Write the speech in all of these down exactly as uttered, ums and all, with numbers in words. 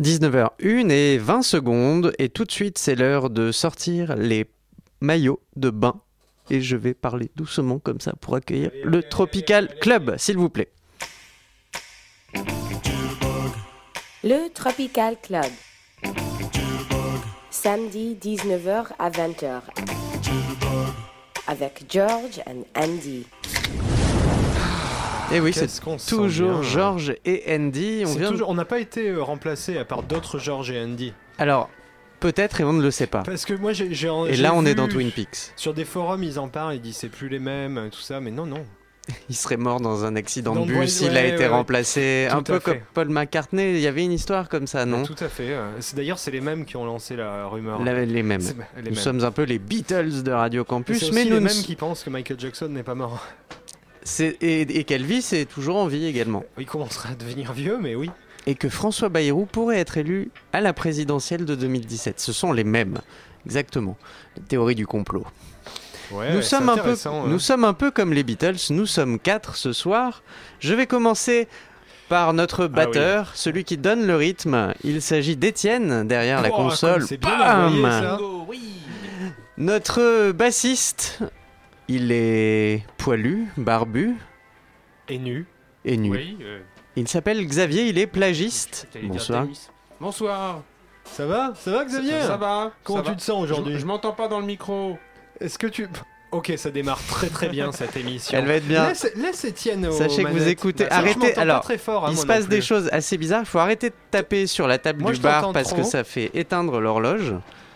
dix-neuf heures une et vingt secondes et tout de suite c'est l'heure de sortir les maillots de bain et je vais parler doucement comme ça pour accueillir allez, le allez, Tropical allez, allez, Club allez. S'il vous plaît. Le Tropical Club. Samedi dix-neuf heures à vingt heures avec George and Andy. Et oui, Qu'est-ce c'est toujours George et Andy. On vient toujours... on n'a pas été euh, remplacé à part d'autres George et Andy. Alors, peut-être et on ne le sait pas. Parce que moi, j'ai, j'ai et j'ai là, on vu est dans Twin Peaks. Sur des forums, ils en parlent, ils disent c'est plus les mêmes, tout ça, mais non, non. Il serait mort dans un accident dans de bus, il ouais, a été ouais, remplacé. Tout un peu comme Paul McCartney, il y avait une histoire comme ça, non ? Tout à fait. C'est, d'ailleurs, c'est les mêmes qui ont lancé la rumeur. La, les mêmes. C'est, les Nous mêmes. sommes un peu les Beatles de Radio Campus. C'est aussi mais les nous mêmes n... qui pensent que Michael Jackson n'est pas mort. C'est, et, et qu'Elvis est toujours en vie également. Il commencera à devenir vieux, mais oui. Et que François Bayrou pourrait être élu à la présidentielle de deux mille dix-sept. Ce sont les mêmes, exactement. La théorie du complot. Ouais, nous, sommes un peu, hein. nous sommes un peu comme les Beatles, nous sommes quatre ce soir. Je vais commencer par notre batteur, ah oui. celui qui donne le rythme. Il s'agit d'Étienne, derrière oh, la console. Bam oui. Notre bassiste... Il est poilu, barbu. Et nu. Et nu. Oui, euh... Il s'appelle Xavier, il est plagiste. Bonsoir. Bonsoir. Ça va Ça va Xavier ? Ça, ça va. Comment ça tu va. te sens aujourd'hui ? je, je m'entends pas dans le micro. Est-ce que tu... Ok, ça démarre très très bien cette émission. Elle va être bien. Laisse, laisse Étienne au Sachez manettes. que vous écoutez. Bah, arrêtez. Alors, pas très fort, hein, il se passe des choses assez bizarres. Il faut arrêter de taper sur la table moi, du bar parce trop. que ça fait éteindre l'horloge.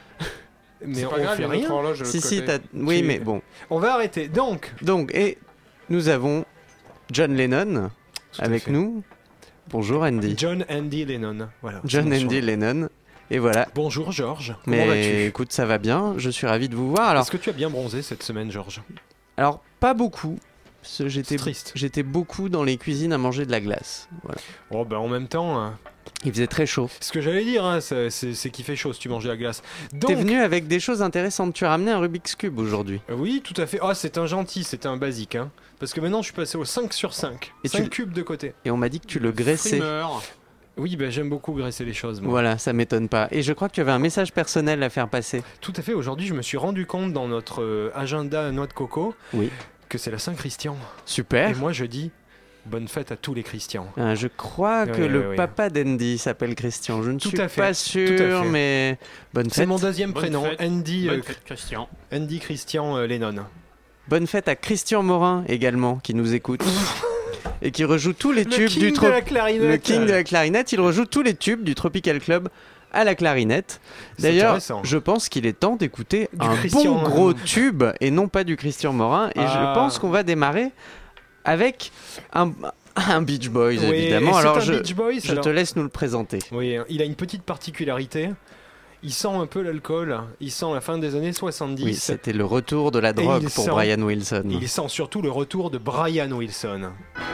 Mais c'est on pas grave, fait rien. Horloge si si, t'as... oui, tu... mais bon. On va arrêter. Donc. Donc et nous avons John Lennon Tout avec nous. Bonjour Andy. John Andy Lennon. Voilà. John Andy Lennon. Et voilà. Bonjour Georges. Comment mais vas-tu ? Écoute, ça va bien. Je suis ravi de vous voir. Alors. Est-ce que tu as bien bronzé cette semaine, Georges ? Alors pas beaucoup. J'étais, triste. J'étais beaucoup dans les cuisines à manger de la glace. Voilà. Oh bah en même temps. Hein... Il faisait très chaud. Ce que j'allais dire, hein, c'est, c'est, c'est qu'il fait chaud si tu manges de la glace. Donc... T'es venu avec des choses intéressantes. Tu as ramené un Rubik's Cube aujourd'hui. Euh, oui, tout à fait. Ah, oh, c'est un gentil, c'est un basique. Hein. Parce que maintenant, je suis passé au cinq sur cinq. Et cinq tu... cubes de côté. Et on m'a dit que tu le graissais. Frimeur. Oui, bah, j'aime beaucoup graisser les choses. Moi. Voilà, ça m'étonne pas. Et je crois que tu avais un message personnel à faire passer. Tout à fait. Aujourd'hui, je me suis rendu compte dans notre euh, agenda Noix de Coco oui. que c'est la Saint-Christian. Super. Et moi, je dis... Bonne fête à tous les Christians. Ah, je crois que oui, le oui, oui. papa d'Andy s'appelle Christian. Je ne tout suis à fait, pas sûr, mais bonne fête. C'est mon deuxième bonne prénom, fête. Andy. Bonne euh, fête, Christian. Andy Christian euh, Lennon. Bonne fête à Christian Morin également, qui nous écoute. Et qui rejoue tous les le tubes king du tro... de la clarinette. Le king de la clarinette. Il rejoue tous les tubes du Tropical Club à la clarinette. D'ailleurs, je pense qu'il est temps d'écouter du un Christian, bon gros tube et non pas du Christian Morin. Et ah. je pense qu'on va démarrer avec un... Un Beach Boys, oui, évidemment. Alors, je, Beach Boys, je alors... te laisse nous le présenter. Oui, il a une petite particularité. Il sent un peu l'alcool. Il sent la fin des années soixante-dix. Oui, c'était le retour de la drogue pour sent... Brian Wilson. Il sent surtout le retour de Brian Wilson.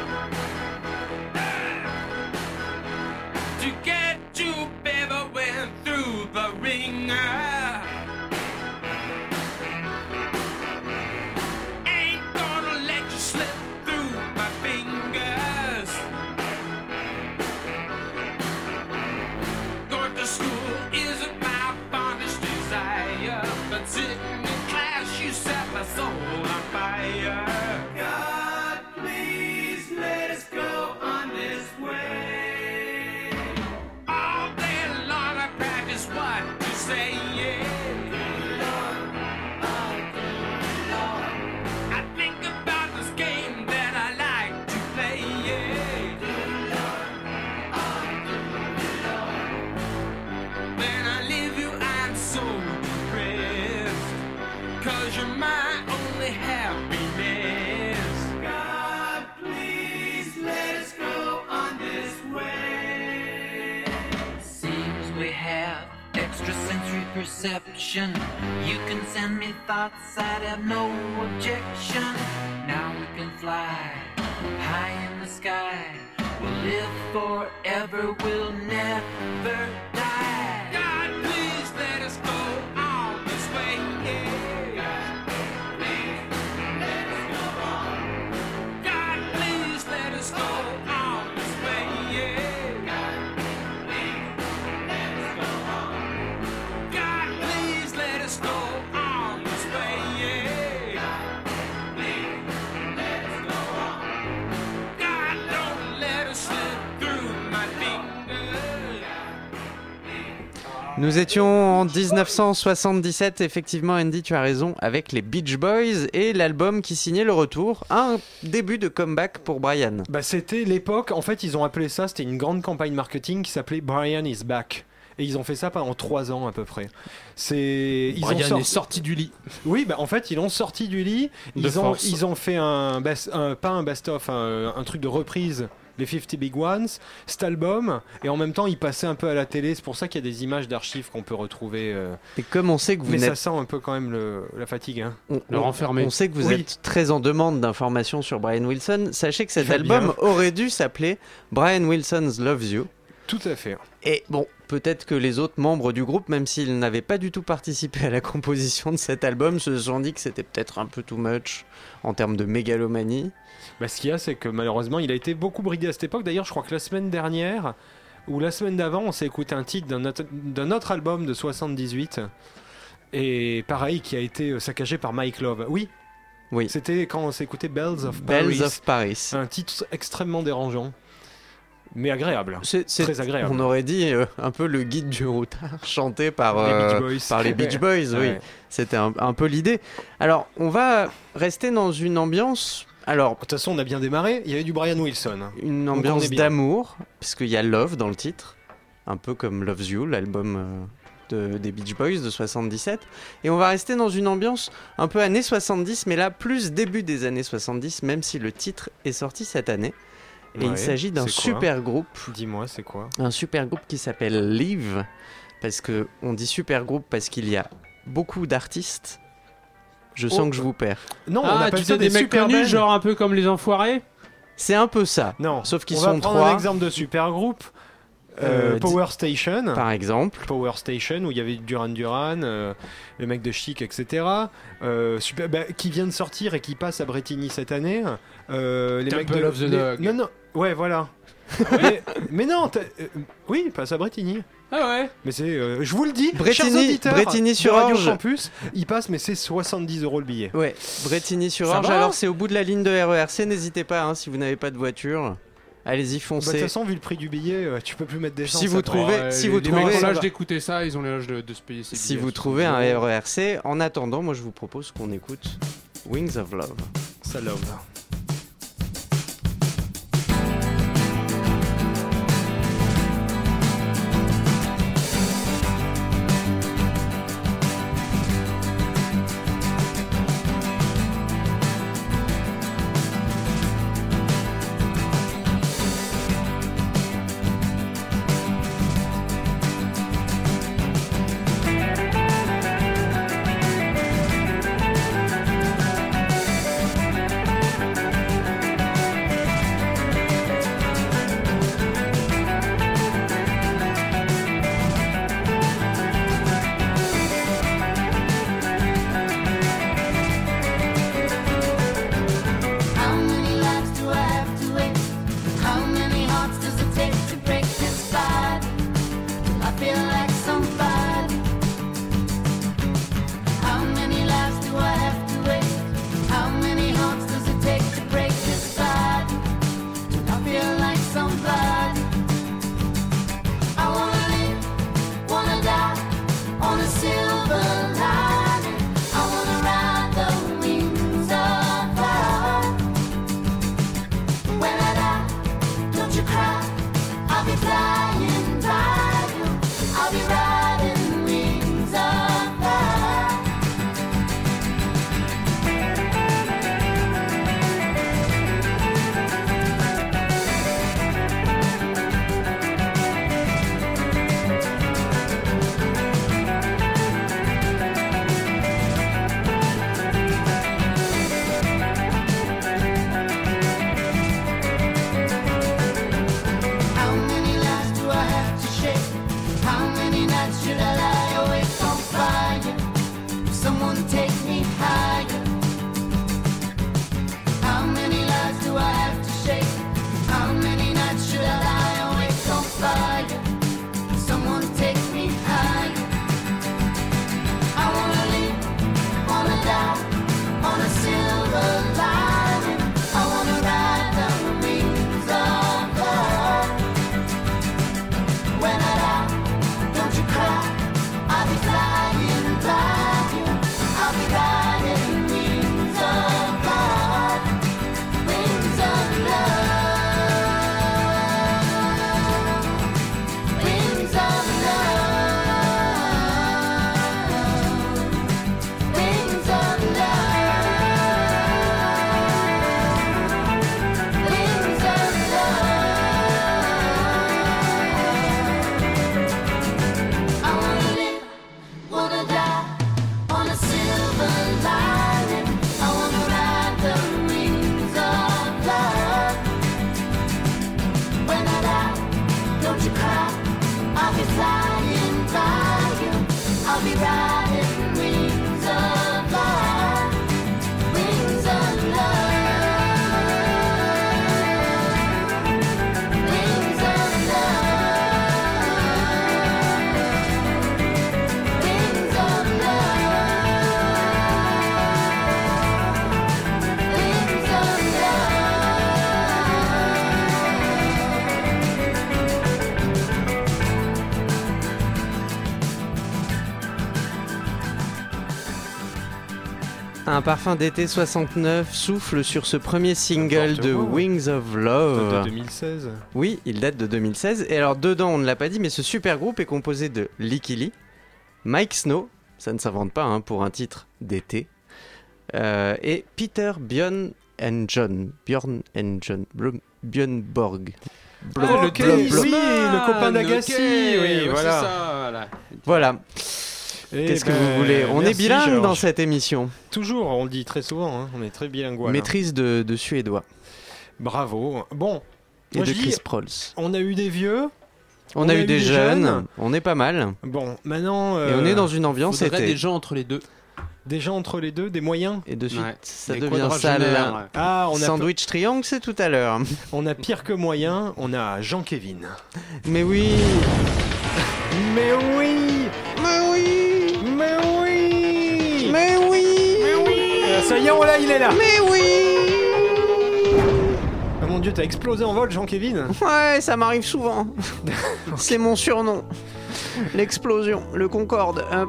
To get you ever went through the ringer. Perception. You can send me thoughts, I'd have no objection. Now we can fly high in the sky. We'll live forever, we'll never die. God, please let us go on this way. Yeah. God, please let us go on. God, please let us go on this way. Yeah. God, please let us go on. us go on this way, yeah. Please let us go on. God, don't let us slip through my fingers. Nous étions en dix-neuf cent soixante-dix-sept, effectivement Andy, tu as raison, avec les Beach Boys et l'album qui signait le retour, un début de comeback pour Brian. Bah, c'était l'époque, en fait ils ont appelé ça, c'était une grande campagne marketing qui s'appelait Brian is Back. Et ils ont fait ça pendant trois ans à peu près. C'est... Ils Brian ont sorti... est sorti du lit. Oui, bah en fait ils l'ont sorti du lit, De ils ont, force. ils ont fait un, best... un pas un best-of, un, un truc de reprise, les cinquante Big Ones, cet album, et en même temps il passait un peu à la télé, c'est pour ça qu'il y a des images d'archives qu'on peut retrouver. Euh... Et comme on sait que vous Mais ça n'êtes... sent un peu quand même le... la fatigue. Hein. On, Le on- renfermer. on sait que vous Oui. êtes très en demande d'informations sur Brian Wilson. Sachez que cet Très bien. album aurait dû s'appeler Brian Wilson's Loves You. Tout à fait. Et bon, peut-être que les autres membres du groupe, même s'ils n'avaient pas du tout participé à la composition de cet album, se sont dit que c'était peut-être un peu too much en termes de mégalomanie. Bah, ce qu'il y a, c'est que malheureusement, il a été beaucoup bridé à cette époque. D'ailleurs, je crois que la semaine dernière, ou la semaine d'avant, on s'est écouté un titre d'un autre, d'un autre album de soixante-dix-huit. Et pareil, qui a été saccagé par Mike Love. Oui, Oui. c'était quand on s'est écouté Bells of Paris. Bells of Paris. Un titre extrêmement dérangeant, mais agréable. C'est, c'est- Très agréable. On aurait dit euh, un peu le guide du routard chanté par, Les euh, Beach Boys. par les Beach Boys, oui. Ouais. C'était un, un peu l'idée. Alors, on va rester dans une ambiance... Alors, De toute façon, on a bien démarré. Il y avait du Brian Wilson. une Donc, on ambiance est bien. d'amour, puisqu'il y a Love dans le titre, un peu comme Loves You, l'album euh, de, des Beach Boys de soixante-dix-sept. Et on va rester dans une ambiance un peu années soixante-dix, mais là, plus début des années soixante-dix, même si le titre est sorti cette année. Et Ouais, il s'agit d'un c'est quoi super groupe, Dis-moi, c'est quoi? un super groupe qui s'appelle Live, parce que on dit super groupe parce qu'il y a beaucoup d'artistes. Je sens Oh. que je vous perds. Non, on Ah, appelle tu ça sais, des mecs super connus, bands. genre un peu comme les Enfoirés. C'est un peu ça, Non, sauf qu'ils on sont va prendre trois. un exemple de super groupe. Euh, Euh, Power Station. par exemple. Power Station où il y avait Duran Duran, euh, le mec de Chic, et cetera. Euh, super, bah, qui vient de sortir et qui passe à Bretigny cette année. Euh, les mecs Temple de, of the les- Dog. Non, non, ouais, voilà. mais, mais non, t'as- euh, oui, il passe à Bretigny. Ah ouais. Mais c'est, euh, je vous le dis, Bretigny- chers auditeurs Bretigny sur de Radio Orge. Campus, il passe, mais c'est soixante-dix euros le billet. Ouais, Bretigny sur Ça Orge. va Alors c'est au bout de la ligne de R E R C. N'hésitez pas hein, si vous n'avez pas de voiture. Allez-y, Bah, de foncez. toute façon, vu le prix du billet, euh, tu peux plus mettre des Si vous ça trouvez- prend- si les, vous les trouvez- mecs ont ça l'âge va. d'écouter ça, ils ont l'âge de, de se payer ces Si billets. vous trouvez un R E R C, en attendant, moi je vous propose qu'on écoute Wings of Love. Ça love. How many lives do I have to waste? How many hearts does it take to break this body? I feel like somebody. How many lives do I have to waste? How many hearts does it take to break this body? I feel like somebody. I wanna live, wanna die on a silver lining. I wanna ride the wings of fire. When I die, don't you cry. I'll be flying by you. I'll be riding wings of fire. How many lives do I have to shake? How many nights should I lie awake on fire? Someone take me higher. How many lives do I have to shake? How many nights should I lie awake on fire? Someone take me higher. I wanna flying by you. I'll be riding wings of light, wings of love, wings of love, wings of love, wings of Un parfum d'été soixante-neuf souffle sur ce premier single de N'importe quoi. Wings of De Love. deux mille seize. Oui, il date de deux mille seize. Et alors dedans, on ne l'a pas dit, mais ce super groupe est composé de Licky Lee, Mike Snow, ça ne s'invente pas hein, pour un titre d'été, euh, et Peter Bjorn and John. Bjorn and John. Blum- Björn Borg. Blum- Ah, le blum- tennisman, blum- le copain d'Agassi, ok, oui, ouais, voilà. c'est ça, voilà. Voilà. Eh Qu'est-ce que ben, vous voulez? On est merci, bilingue Georges. dans cette émission. Toujours, on le dit très souvent, hein, on est très bilingual. Maîtrise de, de suédois. Bravo. Bon, Et moi de je dis, Chris Prolls. on a eu des vieux. On, a, eu des, jeunes, on est pas mal. Bon, maintenant. Et euh, on est dans une ambiance Faudrait été. des gens entre les deux. Des gens entre les deux, des moyens. Et de suite, Ouais. ça Des devient sale. quadragénaires, ouais. Ah, on a, Sandwich triangle, c'est tout à l'heure. on a pire que moyen, on a Jean-Kévin. Mais oui, Mais oui mais oui, Mais oui mais oui, Ah, ça y est, on l'a, il est là. mais oui. Ah, mon dieu, t'as explosé en vol, Jean-Kévin. Ouais, ça m'arrive souvent. C'est mon surnom. L'explosion, le Concorde. Euh,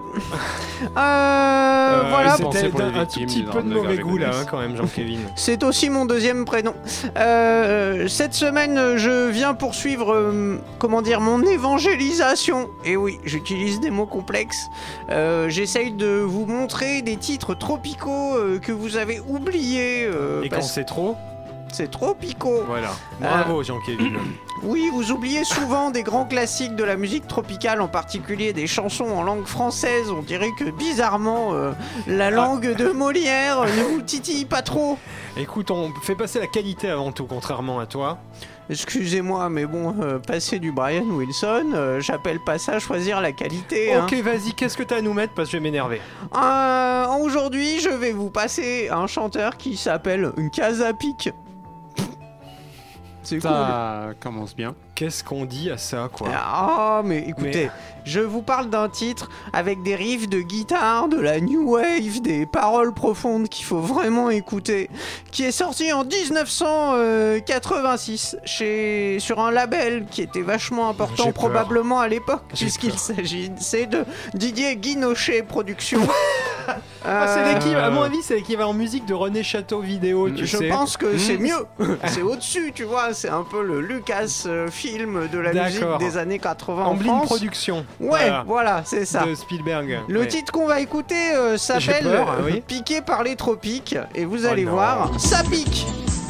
euh, voilà. c'est- C'était pour les un, un victimes, tout petit il peu en de a mauvais gardé goût là, dix. hein, quand même, Jean-Kévin. C'est aussi mon deuxième prénom. Euh, cette semaine, je viens poursuivre, euh, comment dire, mon évangélisation. Et oui, j'utilise des mots complexes. Euh, J'essaye de vous montrer des titres tropicaux euh, que vous avez oubliés. euh, Et quand parce- c'est trop, c'est tropicaux. voilà. Bravo, Jean-Kévin. Oui, vous oubliez souvent des grands classiques de la musique tropicale, en particulier des chansons en langue française. On dirait que bizarrement, euh, la langue de Molière ne vous titille pas trop. Écoute, on fait passer la qualité avant tout, contrairement à toi. Excusez-moi, mais bon, euh, passer du Brian Wilson, euh, j'appelle pas ça choisir la qualité. hein. Ok, vas-y, qu'est-ce que t'as à nous mettre parce que je vais m'énerver. Euh, Aujourd'hui, je vais vous passer un chanteur qui s'appelle Casapic. C'est cool. Ça commence bien. Qu'est-ce qu'on dit à ça, quoi? Ah, mais écoutez, je vous parle d'un titre avec des riffs de guitare, de la new wave, des paroles profondes qu'il faut vraiment écouter, qui est sorti en dix-neuf cent quatre-vingt-six chez sur un label qui était vachement important J'ai peur. probablement à l'époque, J'ai puisqu'il peur. s'agissait de Didier Guinochet Productions. Ah, c'est Euh, l'équivalent, à mon avis, c'est l'équivalent en musique de René Château vidéo, tu je sais. pense que c'est Hmm. mieux, c'est au-dessus, tu vois, c'est un peu le Lucas euh, film de la musique D'accord. des années quatre-vingts en Amblin France. Production. Ouais, Voilà. voilà, c'est ça. De Spielberg. Le Ouais. titre qu'on va écouter euh, s'appelle peur, euh, oui. Piqué par les tropiques et vous Oh allez non. voir, ça pique.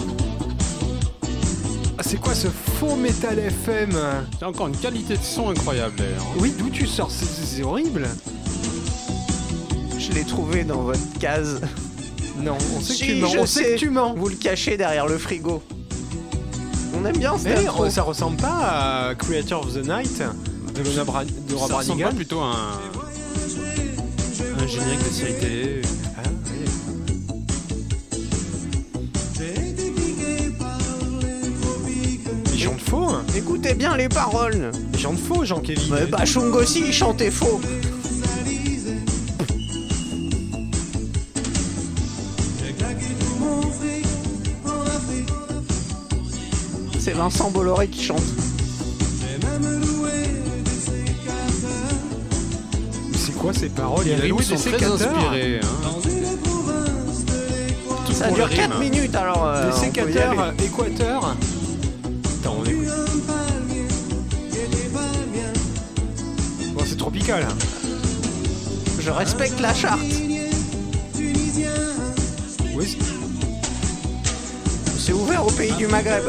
Ah, c'est quoi ce faux Metal F M? C'est encore une qualité de son incroyable d'ailleurs. Oui, d'où tu sors? C'est- C'est horrible. Je l'ai trouvé dans votre case. Non, on sait Si, que tu mens. je On sait sais. que tu mens. Vous le cachez derrière le frigo. On aime bien cette Eh, intro. ça ressemble pas à Creator of the Night de Lona Bra- de Laura Ça ressemble Branigan. pas plutôt à un... un générique de série télé. Ah, oui. Il chante faux, hein. Écoutez bien les paroles. Il chante faux, Jean-Kévin. Mais Bachung aussi, il chantait faux. C'est Vincent Bolloré qui chante. C'est quoi ces paroles? Les Il a loué rimes des sont très sécateurs. inspirés. Hein. Tout Ça pour dure les quatre rimes. minutes alors. euh, Des on peut y aller. sécateurs Équateur. Attends, on écoute. Bon, c'est tropical. hein. Je respecte la charte. Oui, c'est- C'est ouvert au pays du Maghreb.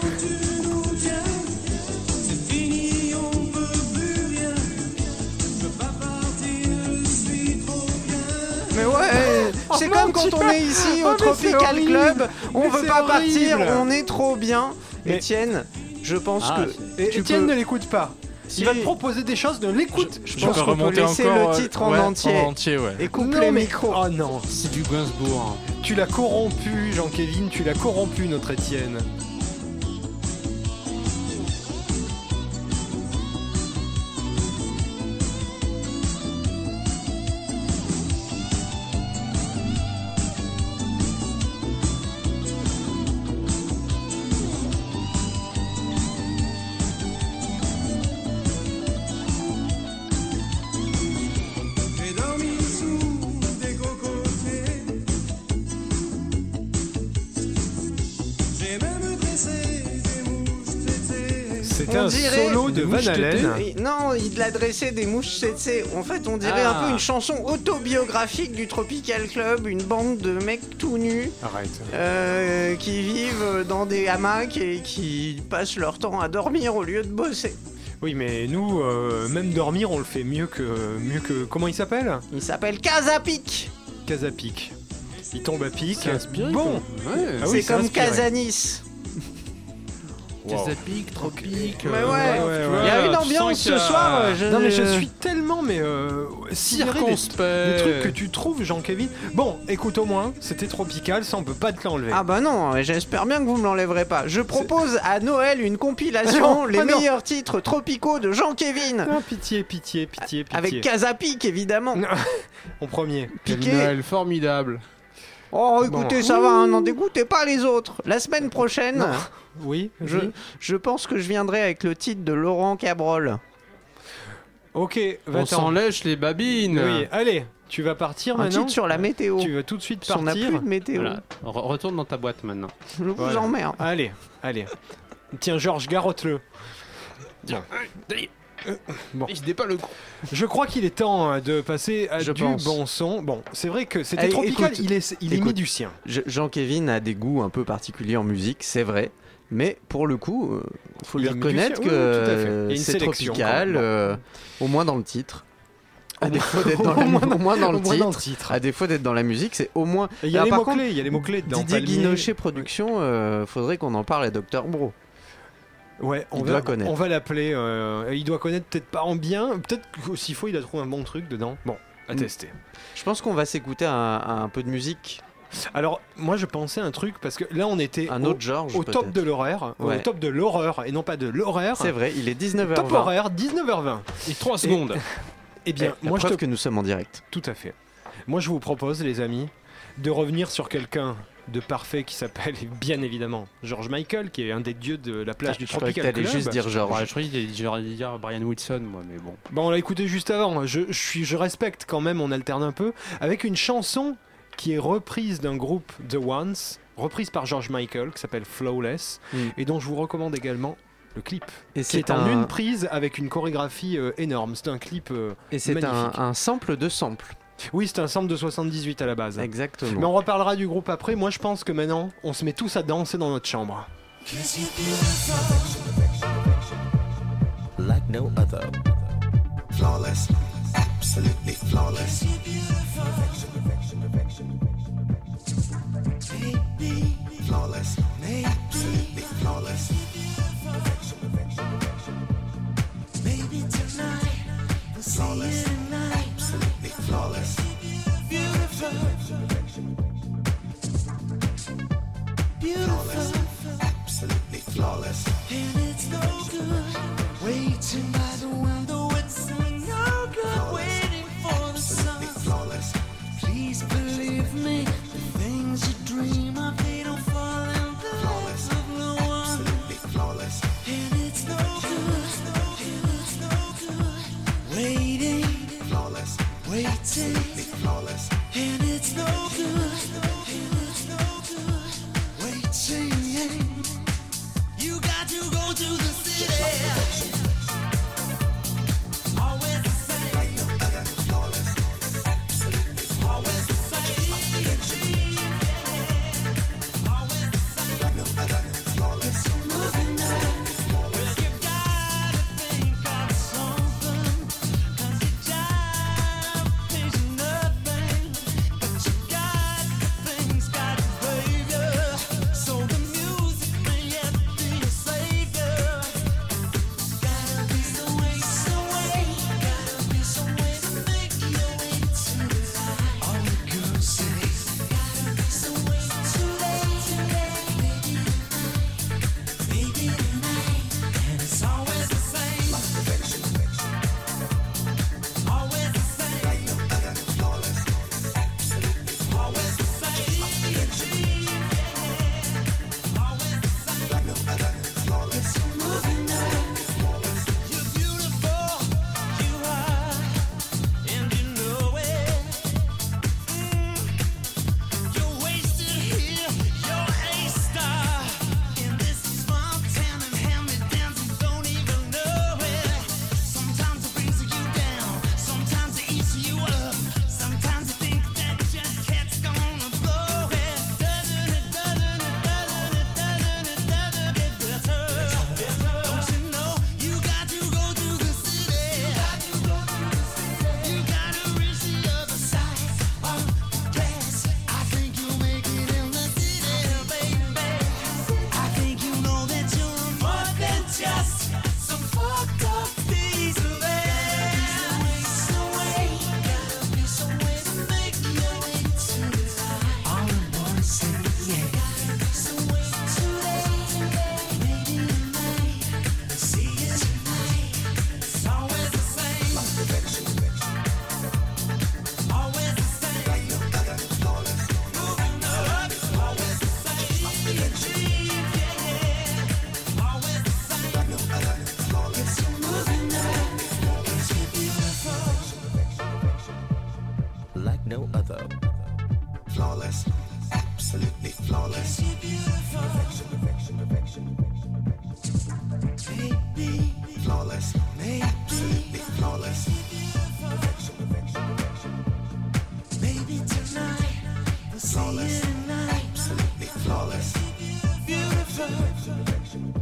Mais ouais, c'est mon comme quand Dieu. on est ici Oh, au mais c'est Tropical horrible. Club, on Mais veut c'est pas horrible. partir, on est trop bien. Mais- Étienne, je pense Ah, que Et tu Étienne peux- ne l'écoute pas. Il va te proposer des choses, ne l'écoute. Je Je pense peux qu'on peut remonter laisser encore, le euh, titre en ouais, entier. En entier, ouais. Et coupe Non, les mais- micros. Oh non, C'est du Gainsbourg. tu l'as corrompu, Jean-Kévin, tu l'as corrompu, notre Étienne. J'ai dormi sous des cocotiers. J'ai même dressé des mouches tétées. C'était On un dirait- solo de Des Van mouches Halen. Et non, il a dressé des mouches C C. En fait, on dirait Ah. un peu une chanson autobiographique du Tropical Club, une bande de mecs tout nus Arrête. euh, qui vivent dans des hamacs et qui passent leur temps à dormir au lieu de bosser. Oui, mais nous, euh, même dormir, on le fait mieux que... mieux que... Comment il s'appelle? Il s'appelle Casapic. Casapic. Il tombe à pic. C'est inspiré. Bon. quoi. Ouais. Ah oui, C'est comme inspiré. Casanis. Casapic, tropique. Mais euh, ouais, ouais, tu ouais. Il y a vois, une tu ambiance sens qu'il y ce a- soir. euh, Je... Non mais je suis tellement mais euh, sidéré des, circonspect. des trucs que tu trouves, Jean-Kévin. Bon, écoute, au moins, c'était tropical, ça on peut pas te l'enlever. Ah bah non, j'espère bien que vous me l'enlèverez pas. Je propose à Noël une compilation, Ah non, les ah non. meilleurs titres tropicaux de Jean-Kévin. Ah, pitié, pitié, pitié, pitié. Avec Casapic évidemment. En premier. Quel Piqué. Noël formidable. Oh écoutez, Bon. ça va, hein, n'en dégoûtez pas les autres. La semaine prochaine, Non. Oui, je, oui. je pense que je viendrai avec le titre de Laurent Cabrol. Ok, On va-t'en. s'en lèche les babines. Oui, allez, tu vas partir Un maintenant. titre sur la météo. Tu vas tout de suite Si on n'a plus partir. de météo. Voilà. Re- retourne dans ta boîte maintenant. Je vous Voilà. emmerde. Allez, allez. Tiens, Georges, garotte-le. Tiens. Euh, Bon. Il se dépasse le gros. Je crois qu'il est temps hein, de passer à Je du pense. bon son. Bon, c'est vrai que c'était Allez, tropical, écoute, il est, il est mis écoute. du sien. Je- Jean-Kévin a des goûts un peu particuliers en musique, c'est vrai. Mais pour le coup, il faut Il lui a mis du reconnaître sien. Oui, oui, tout à fait. Il y a que une c'est sélection, tropical, quoi. Bon. euh, au moins dans le titre. À Au défaut d'être au dans, la- moins au moins dans le au moins dans le titre. titre. À défaut d'être dans la musique, c'est au moins. Et il y a Alors, les par mots-clés, contre, il y a les mots-clés dedans. Didier Palmier. Guinochet Productions, euh, faudrait qu'on en parle à Docteur Bro. Ouais, on Il va, doit connaître. On va l'appeler. euh, il doit connaître peut-être pas en bien. Peut-être que s'il faut, il a trouvé un bon truc dedans. Bon, à Mm. tester. Je pense qu'on va s'écouter un, un peu de musique, Alors, moi, je pensais un truc parce que là, on était un au, autre genre. au top de l'horaire, au Ouais. top de l'horreur et non pas de l'horreur. C'est vrai, il est dix-neuf heures vingt. Top horaire, dix-neuf heures vingt. Et trois secondes. Eh bien, La moi, je preuve te que nous sommes en direct. Tout à fait. Moi, je vous propose, les amis, de revenir sur quelqu'un de parfait qui s'appelle, bien évidemment, George Michael, qui est un des dieux de la plage Ah, du je croyais que Tropical t'allais Club. juste dire George. Ouais, je croyais que j'aurais dû dire Brian Wilson, moi, mais bon. Bon, on l'a écouté juste avant. Je, je, suis, je respecte quand même, on alterne un peu, avec une chanson qui est reprise d'un groupe The Ones, reprise par George Michael, qui s'appelle Flawless, Mm. et dont je vous recommande également le clip, Et qui est en une prise avec une chorégraphie euh, énorme. C'est un clip... euh, et c'est un, magnifique. un sample de sample. Oui, c'est un sample de soixante-dix-huit à la base. Exactement. Mais on reparlera du groupe après. Moi, je pense que maintenant, on se met tous à danser dans notre chambre. like no other. Flawless, absolutely flawless. Flawless, absolutely flawless. Flawless, absolutely flawless. Flawless, absolutely flawless. And it's no good waiting by the window. It's no good waiting for the sun. Absolutely flawless. Please believe me, the things you dream of, they don't fall in the Flawless. laps of no one. Absolutely flawless. And it's no good, and it's no good waiting, Flawless, waiting. absolutely flawless. And it's no good, and it's no good waiting. You got to go to the city. Always the same. Like no other. Flawless, absolutely Always the same. Always the same. like no other. Flawless, Moving now. Well, you gotta think of something. 'Cause your job pays enough. flawless, absolutely flawless. Perfection, perfection, perfection. Maybe flawless, absolutely flawless. Perfection, perfection, perfection. Maybe tonight we'll flawless, see it tonight. Absolutely flawless. Beautiful, perfection,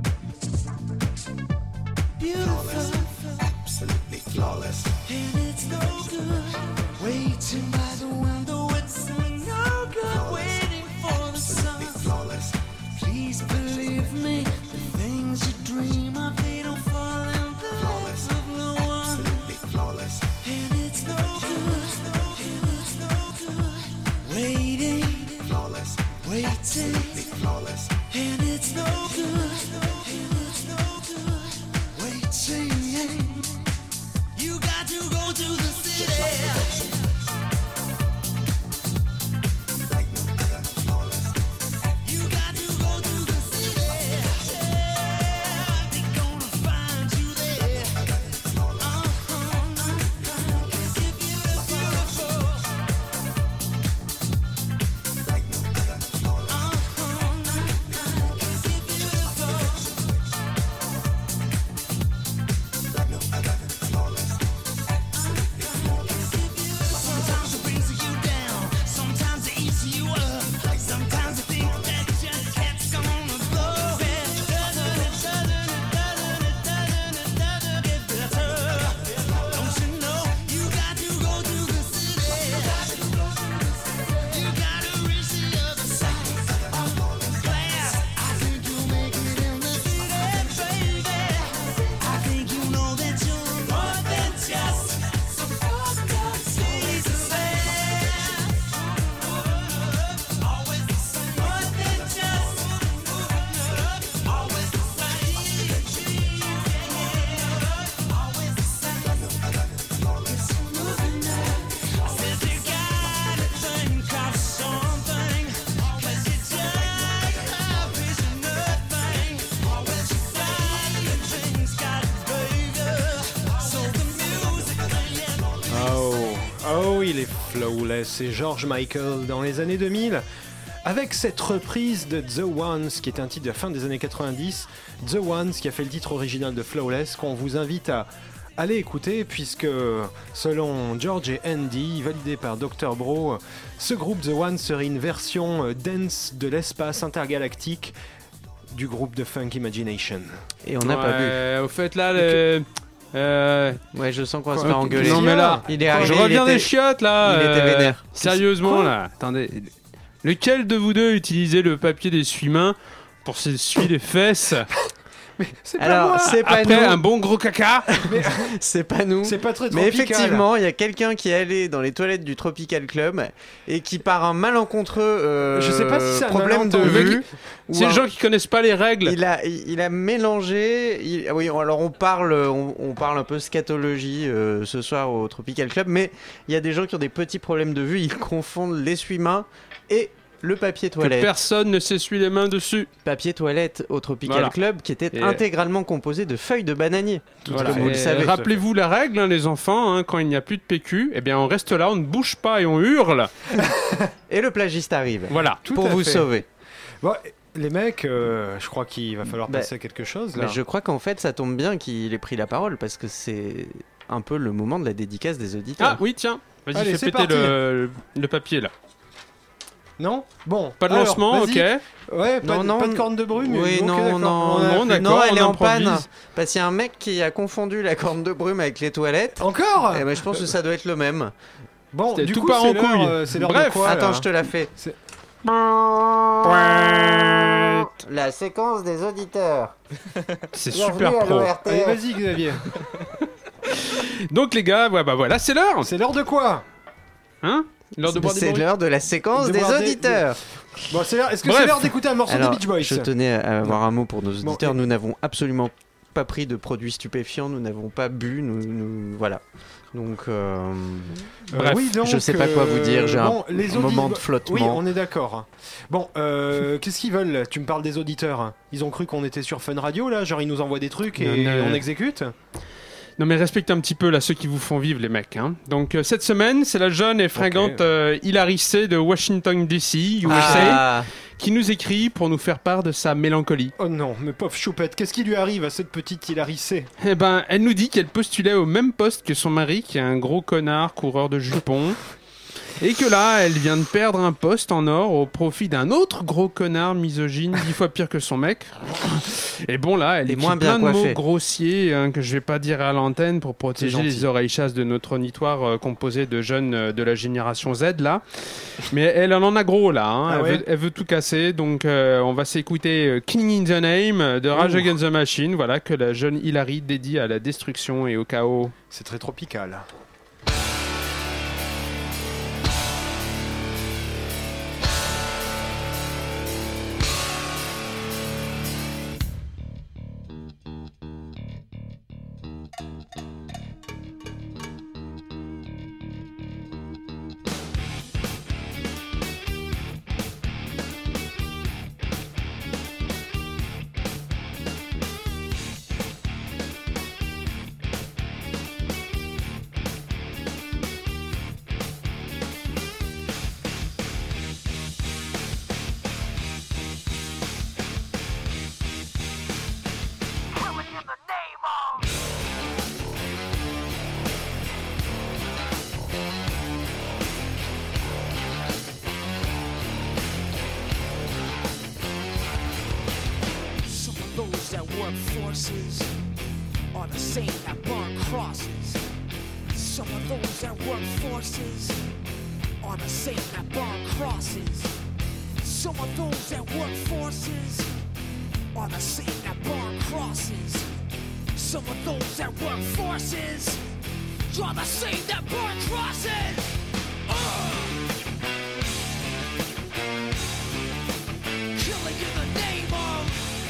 beautiful, absolutely flawless. And it's no good waiting by the window. It's no good flawless. Waiting for the sun. Flawless. Please believe me, the things you dream of, they don't fall in the flawless. Of no one. Absolutely flawless. And it's no good, and it's no good waiting, flawless, waiting, absolutely flawless. And it's no good, and it's no good waiting. You got to go to the city. Like no other, flawless. You got to go to the city. They're gonna find you there. Uh-huh. 'Cause if you're beautiful, like no other, flawless. Uh-huh. 'Cause if you're beautiful, like no other, flawless. Absolutely flawless. Sometimes it brings you down, sometimes it eats you up, sometimes I think that your cat's gonna blow. It doesn't, it doesn't, it doesn't, it doesn't, it doesn't get better. Don't you know you got to go to the city? You gotta reach the other side of the glass. I think you'll make it in the city, baby. I think you know that you're more than just some fucked up Jesus man. Always the same. More than just always the same. Always the same. It's moving up. Says you gotta think of something, 'cause you just have vision nothing. Always the same. Things got bigger. So the music playing. Oh, oh, il est flawless, c'est George Michael dans les années deux mille, avec cette reprise de The Ones, qui est un titre de la fin des années quatre-vingt-dix, The Ones qui a fait le titre original de Flawless, qu'on vous invite à aller écouter, puisque selon George et Andy, validé par docteur Bro, ce groupe The Ones serait une version euh, dance de l'espace intergalactique du groupe de Funk Imagination. Et on n'a pas vu. Ouais, au fait, là, le... euh, Ouais, je sens qu'on va se Quoi, faire engueuler. non, mais là, il est arrivé, je il reviens était- des chiottes, là. il était euh, vénère. Sérieusement, Quoi là. Attendez. Lequel de vous deux utilisait le papier d'essuie-main pour s'essuyer les fesses C'est pas Alors, moi. c'est pas après nous. un bon gros caca? C'est pas nous. C'est pas très Mais tropical. effectivement, il y a quelqu'un qui est allé dans les toilettes du Tropical Club et qui, par un malencontreux euh, Je sais pas si c'est un problème de malentendu. vue, ou C'est un- les gens qui connaissent pas les règles. il a, il, il a mélangé. il- oui, alors on parle, on, on parle un peu scatologie euh, ce soir au Tropical Club, mais il y a des gens qui ont des petits problèmes de vue. Ils confondent l'essuie-main et le papier Que toilette. personne ne s'essuie les mains dessus. Papier toilette au Tropical Voilà. Club qui était Et- intégralement composé de feuilles de bananier. Voilà. Comme vous le Et savez. Rappelez-vous la règle, hein, les enfants, hein, quand il n'y a plus de P Q, eh bien on reste là, on ne bouge pas et on hurle. Et le plagiste arrive Voilà. Tout pour à vous fait. sauver. Bon, les mecs, euh, je crois qu'il va falloir Bah, passer à quelque chose là. Mais je crois qu'en fait, ça tombe bien qu'il ait pris la parole parce que c'est un peu le moment de la dédicace des auditeurs. Ah oui, tiens. Vas-y, Allez, fais c'est péter parti. le, le papier là. Non. Bon. Pas de alors, lancement, vas-y. ok. Ouais, pas, Non, de, non, pas de corne de brume. Oui, ok, non, d'accord. non, On a non, fait- d'accord. non, elle on est en improvise. panne parce qu'il y a un mec qui a confondu la corne de brume avec les toilettes. Encore. Eh ben, je pense que ça doit être le même. Bon, C'était du tout coup, part c'est en l'heure, couille. euh, c'est l'heure Bref, de quoi, Attends, là je te la fais. C'est- La séquence des auditeurs. C'est Bienvenue super à pro. l'O R T F. Allez, vas-y, Xavier. Donc les gars, ouais, bah voilà, c'est l'heure. C'est l'heure de quoi? Hein L'heure de boire des C'est bourriques. l'heure de la séquence De des boire des- auditeurs. Bon, c'est l'heure. Est-ce que Bref. c'est l'heure d'écouter un morceau Alors, de Beach Boys? je tenais à avoir un mot pour nos Bon, auditeurs. et- Nous n'avons absolument pas pris de produits stupéfiants, nous n'avons pas bu, nous, nous- voilà. Donc, euh, Euh, Bref, oui, donc, je sais pas quoi vous dire, j'ai un- bon, les un moment audi- de flottement. Oui, on est d'accord. Bon, euh, qu'est-ce qu'ils veulent? Tu me parles des auditeurs. Ils ont cru qu'on était sur Fun Radio, là? Genre, ils nous envoient des trucs et Non, non. on exécute? Non mais respectez un petit peu là ceux qui vous font vivre les mecs. Hein. Donc euh, cette semaine, c'est la jeune et fringante Okay. euh, Hilary C de Washington D C, U S A, Ah, qui nous écrit pour nous faire part de sa mélancolie. Oh non, mais pauvre choupette, qu'est-ce qui lui arrive à cette petite Hilary C? Eh ben, elle nous dit qu'elle postulait au même poste que son mari, qui est un gros connard coureur de jupons. Et que là, elle vient de perdre un poste en or au profit d'un autre gros connard misogyne, dix fois pire que son mec. Et bon, là, elle Et est moins moins bien plein de coiffée. mots grossiers hein, que je vais pas dire à l'antenne pour protéger gentil. les oreilles chasses de notre auditoire euh, composé de jeunes euh, de la génération Z, là. Mais elle, elle en a gros, là. Hein. Ah elle, ouais veut, elle veut tout casser. Donc, euh, on va s'écouter euh, King in the Name de Rage Ouh. Against the Machine, voilà, que la jeune Hilary dédie à la destruction et au chaos. C'est très tropical. Some of those that work forces are the same that burn crosses. Some of those that work forces are the same that burn crosses. Some of those that work forces are the same that burn crosses. Some of those that work forces are the same that burn crosses. Ugh. Killing in the name of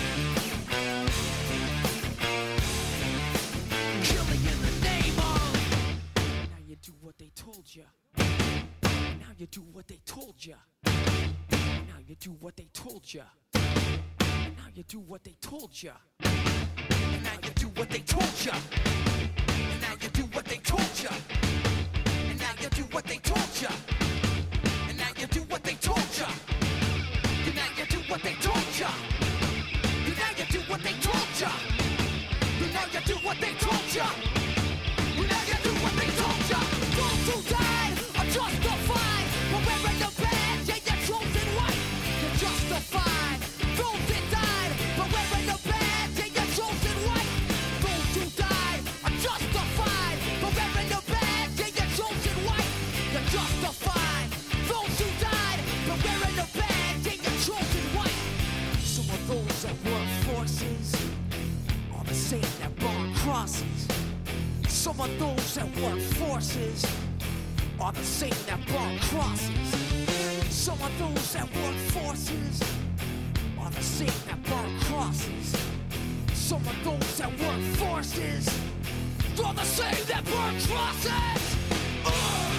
killing in the name of. Now you do what they told you. Now you do what they told you. Now you do what they told you. Now you do what they told you. Now you do what they told you. Now you do what they told you. And now you do what they told you. And now you do what they told you. And now you do what they told you. And now you do what they told you. And now you do what they told you. And now you do what they told you. Those who died are justified for wearing the badge and your chosen white. You're justified. Those that died for wearing the badge and your chosen white. Those who died are justified for wearing the badge and your chosen white. You're justified. Those who died for wearing the badge and your chosen white. Some of those that work forces are the same that burn crosses. Some of those that work forces are the same that burn crosses. Some of those that work forces are the same that burn crosses. Some of those that work forces are the same that burn crosses. Ugh.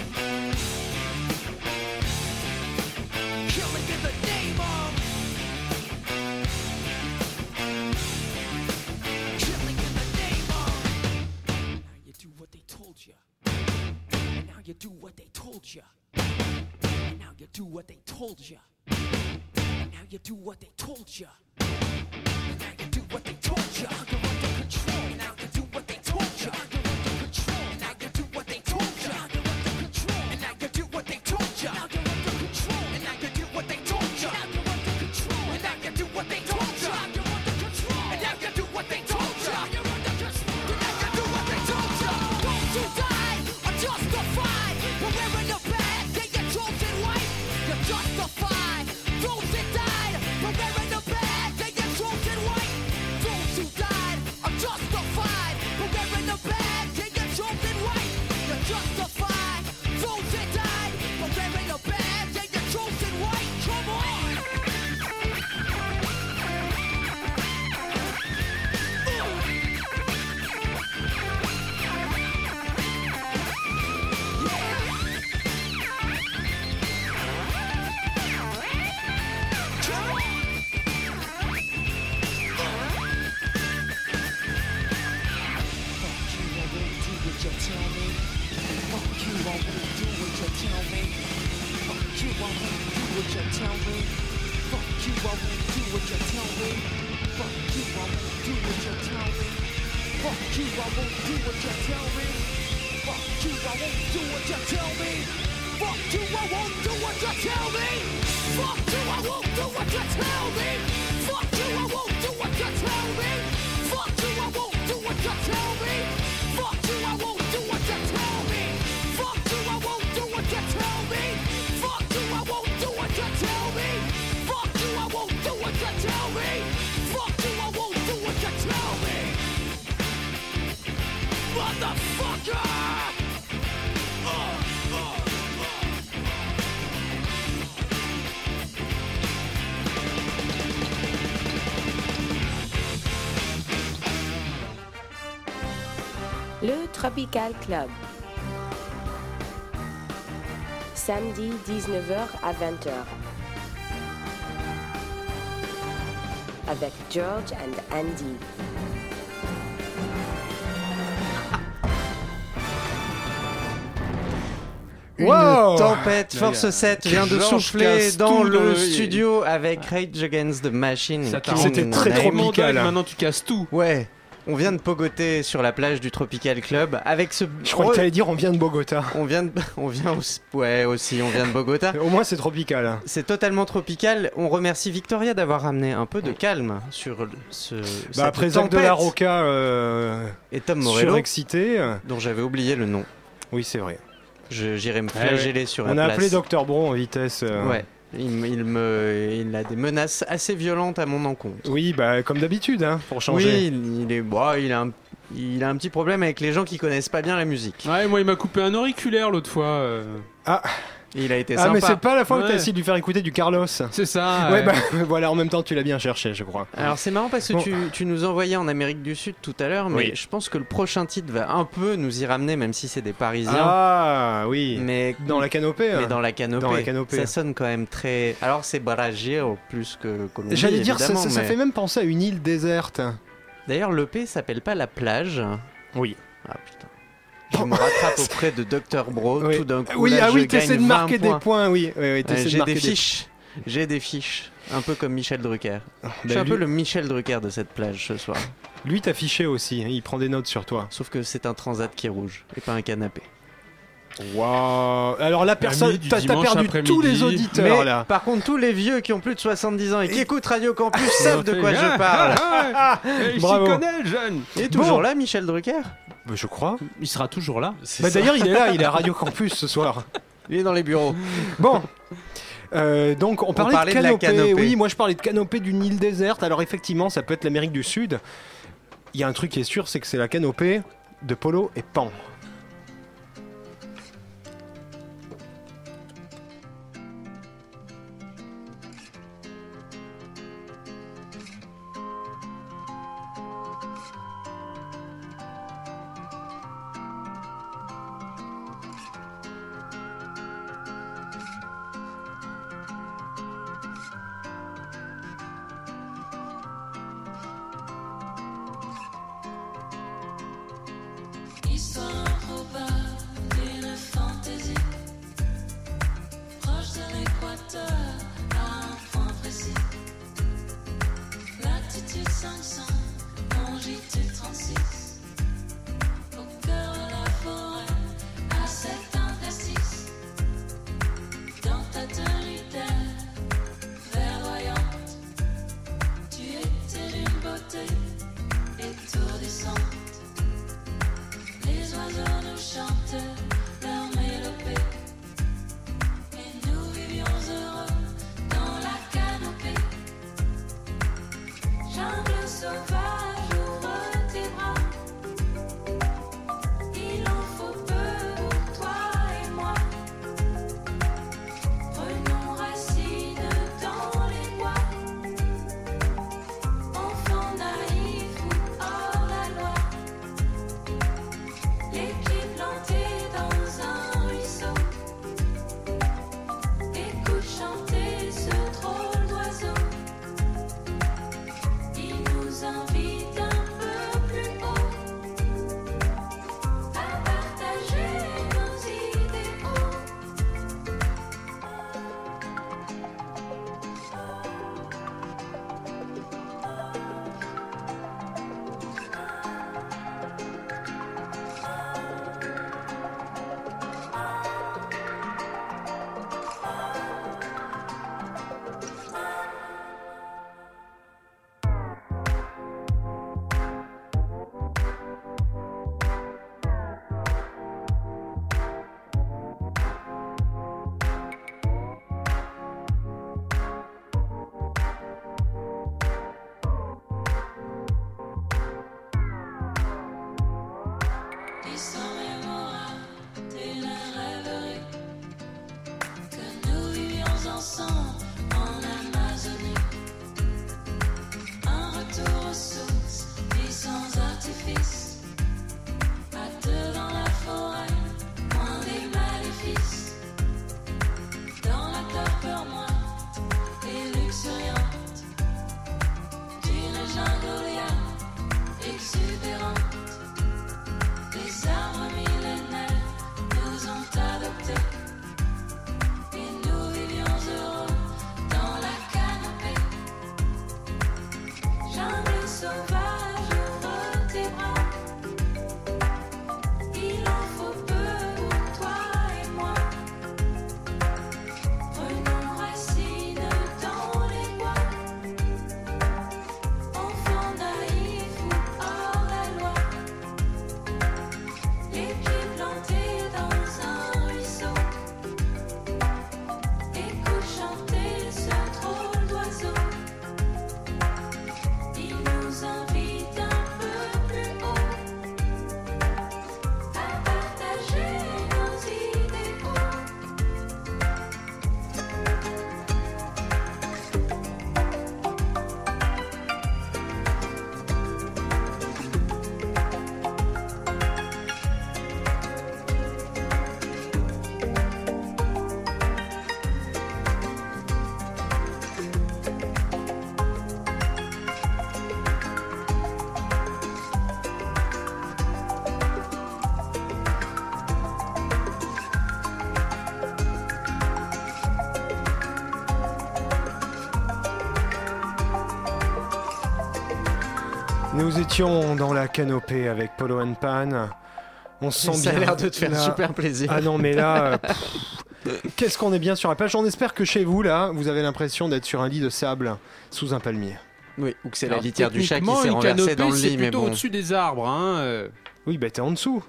Killing in the name of killing in the name of. Now you do what they told you. And now you do what they told you. And now you do what they told you. And now you do what they told you. And now you do what they told you. You're under control. Now you do what they told you. You're under control. Now you do what they told you. You're under control. And now you do what they told you. Now you're under control. And now you do what they told you. Now you're under control. And now you do what they told you. Now you're under control. And now you do what they told you. Now you're under control. And now you do what they told you. Those who died are justified for wearing the badge and your chosen white. You're justified. Those that died for wearing the badge and your chosen white. Those who died tell me. Fuck you, I won't do what you tell me. Fuck you, I won't do what you tell me. Fuck you, I won't do what you tell me. Fuck you, I won't do what you tell me. Fuck you, I won't do what you tell me. Fuck you, I won't do what you tell me. Fuck you, I won't do what you tell me. Fuck you, I won't do what you tell me. Fuck you, I won't do what you tell me. Fuck you, I won't do what you tell me. Fuck you, I won't do what you tell me. Fuck you, I won't do what you tell me. Fuck you, I won't do what you tell me. Fuck you, I won't do what you tell me. Fuck you, I won't do what you tell me. Motherfucker! Uh, uh, uh. Le Tropical Club. Samedi dix-neuf heures à vingt heures. Avec George and Andy. Une Wow tempête Là, Force il y a- sept vient de George souffler casse dans tout le dans le- studio avec Rage Against the Machine. Ça et t'a King C'était très Diamond. Tellement tropical. dingue, Maintenant, tu casses tout. Ouais, on vient de pogoter sur la plage du Tropical Club avec ce. Je crois que t'allais dire on vient de Bogota. On vient de, on vient aussi, ouais aussi, on vient de Bogota. Au moins c'est tropical. C'est totalement tropical. On remercie Victoria d'avoir ramené un peu de calme sur le- ce. Bah cette après Zach de tempête. la Roca euh, Et Tom Morello, surexcité. euh, dont j'avais oublié le nom. Oui c'est vrai. Je- J'irai me Ouais, flageller sur la On a place. appelé Docteur Bro en vitesse. euh, Ouais. Il, me- il me, il a des menaces assez violentes à mon encontre. Oui bah comme d'habitude hein, pour changer. Oui, il, il est, bon, il a un, il a un petit problème avec les gens qui connaissent pas bien la musique. Ouais, moi, il m'a coupé un auriculaire l'autre fois. euh. Ah, Et il a été ah sympa. mais c'est pas la fois où Ouais. t'as essayé de lui faire écouter du Carlos. C'est ça. Ouais ouais. bah voilà en même temps tu l'as bien cherché je crois. Alors c'est marrant parce que Bon. tu, tu nous envoyais en Amérique du Sud tout à l'heure, mais Oui. je pense que le prochain titre va un peu nous y ramener, même si c'est des Parisiens. Ah oui. mais Dans la canopée. mais hein. dans la canopée. Dans la canopée. Ça sonne quand même très. Alors c'est Barragio plus que Colombie. J'allais dire ça, évidemment, ça, ça mais- fait même penser à une île déserte. D'ailleurs l'E P s'appelle pas La Plage. Oui. Ah putain. Je me rattrape auprès de docteur Bro Oui. tout d'un coup. Oui, là, ah je oui, t'essaies gagne de marquer vingt points. des points, oui. oui, oui t'essaies Euh, de J'ai marquer des fiches. J'ai des fiches. Un peu comme Michel Drucker. Ah, Je suis bah, un lui, peu le Michel Drucker de cette plage ce soir. lui t'a fiché aussi, hein, il prend des notes sur toi. Sauf que c'est un transat qui est rouge et pas un canapé. Waouh. Alors la personne, du t'as t'as dimanche perdu après-midi. tous les auditeurs Mais là. par contre, tous les vieux qui ont plus de soixante-dix ans et qui écoutent Radio Campus savent de quoi je parle. Eh, il s'y Bravo. connaît, le jeune. Il est toujours Bon. là, Michel Drucker. Bah, je crois. Il sera toujours là. Bah, d'ailleurs, il est là, il est à Radio Campus ce soir. Il est dans les bureaux. Bon. Euh, donc on parlait, parlait de, de la canopée. canopée. Oui, moi je parlais de canopée d'une île déserte. Alors effectivement, ça peut être l'Amérique du Sud. Il y a un truc qui est sûr, c'est que c'est la canopée de Polo et Pan. East Nous étions dans la canopée avec Polo and Pan. On se sent Ça bien. a l'air de te faire là. super plaisir. Ah non, mais là, euh, pff, qu'est-ce qu'on est bien sur la plage. On espère que chez vous, là, vous avez l'impression d'être sur un lit de sable sous un palmier. Oui, ou que c'est la Alors, litière du chat qui techniquement, s'est une renversée canopée, dans le c'est lit, mais plutôt bon. au-dessus des arbres, hein. euh. Oui, bah t'es en dessous.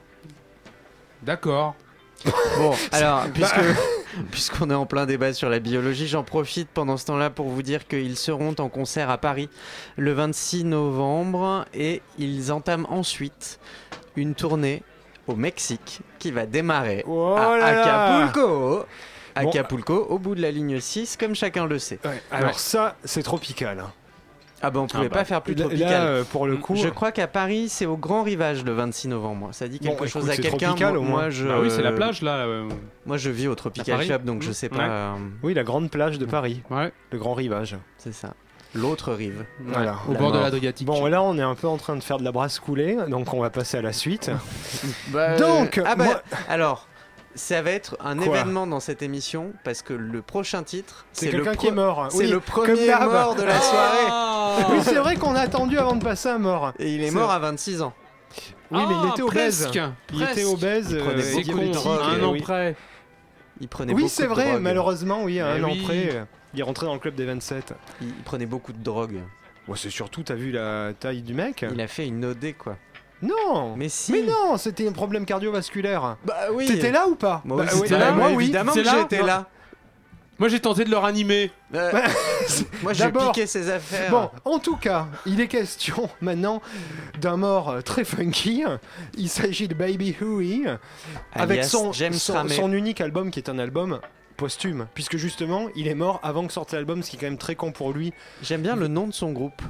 D'accord. Bon, alors, puisque, puisqu'on est en plein débat sur la biologie, j'en profite pendant ce temps-là pour vous dire qu'ils seront en concert à Paris le vingt-six novembre et ils entament ensuite une tournée au Mexique qui va démarrer Oh à là là. Acapulco. Bon. Acapulco, au bout de la ligne six, comme chacun le sait. Ouais, alors ça, c'est tropical. Ah ben on pouvait Ah bah. pas faire plus Là, tropical. là, euh, pour le coup, Je crois qu'à Paris, c'est au Grand Rivage le vingt-six novembre. Ça dit quelque Bon, chose écoute, à c'est quelqu'un. tropical, Moi, au moins. moi, je, Bah oui, c'est la plage là. euh. Moi, je vis au Tropical À Paris. Club, donc je sais pas. Ouais. euh, oui, la grande plage de Paris, Ouais. le grand rivage. C'est ça. L'autre rive. Voilà. Au La bord de mort. l'Adriatique. Bon, là, on est un peu en train de faire de la brasse coulée, donc on va passer à la suite. Bah, Donc, euh, ah bah, moi- alors, ça va être un Quoi événement dans cette émission parce que le prochain titre, C'est le quelqu'un pro- qui est mort. C'est Oui, le comme premier d'hab. mort de la soirée. Ah Oui, c'est vrai qu'on a attendu avant de passer à mort. Et il est C'est- mort à vingt-six ans. Oui, mais il Ah, était obèse. presque, Il était presque. obèse. Il prenait euh, beaucoup C'est de con, drogue, un et an oui. près. Il prenait Oui, beaucoup c'est de vrai, drogue. malheureusement, oui, à Eh un an oui. près, euh, il est rentré dans le club des vingt-sept. Il, il prenait beaucoup de drogue. Bon, c'est surtout, t'as vu la taille du mec Il a fait une O D, quoi. Non Mais si. Mais non, c'était un problème cardiovasculaire. Bah oui. T'étais là ou pas Moi Bah, aussi, oui, j'étais bah, là. moi, Moi, oui. évidemment C'est que là j'étais là. Moi j'ai tenté de le ranimer. Euh, moi, j'ai D'abord- piqué ses affaires. Bon, en tout cas, il est question maintenant d'un mort euh, très funky. Il s'agit de Baby Huey, avec Alias son, James son, Ramey. son unique album qui est un album posthume, puisque justement, il est mort avant que sorte l'album, ce qui est quand même très con pour lui. J'aime bien le nom de son groupe.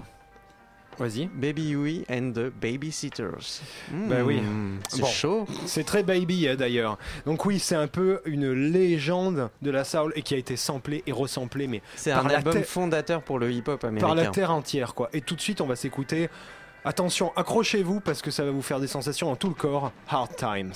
Vas-y. Baby Huey and the Babysitters. Mmh, Bah oui. C'est Bon. chaud. C'est très baby hein, d'ailleurs. Donc oui, c'est un peu une légende de la soul et qui a été samplée et resamplée, mais C'est par un la album tête- fondateur pour le hip-hop américain. par la terre entière quoi. Et tout de suite, on va s'écouter. Attention, accrochez-vous parce que ça va vous faire des sensations dans tout le corps. Hard Times.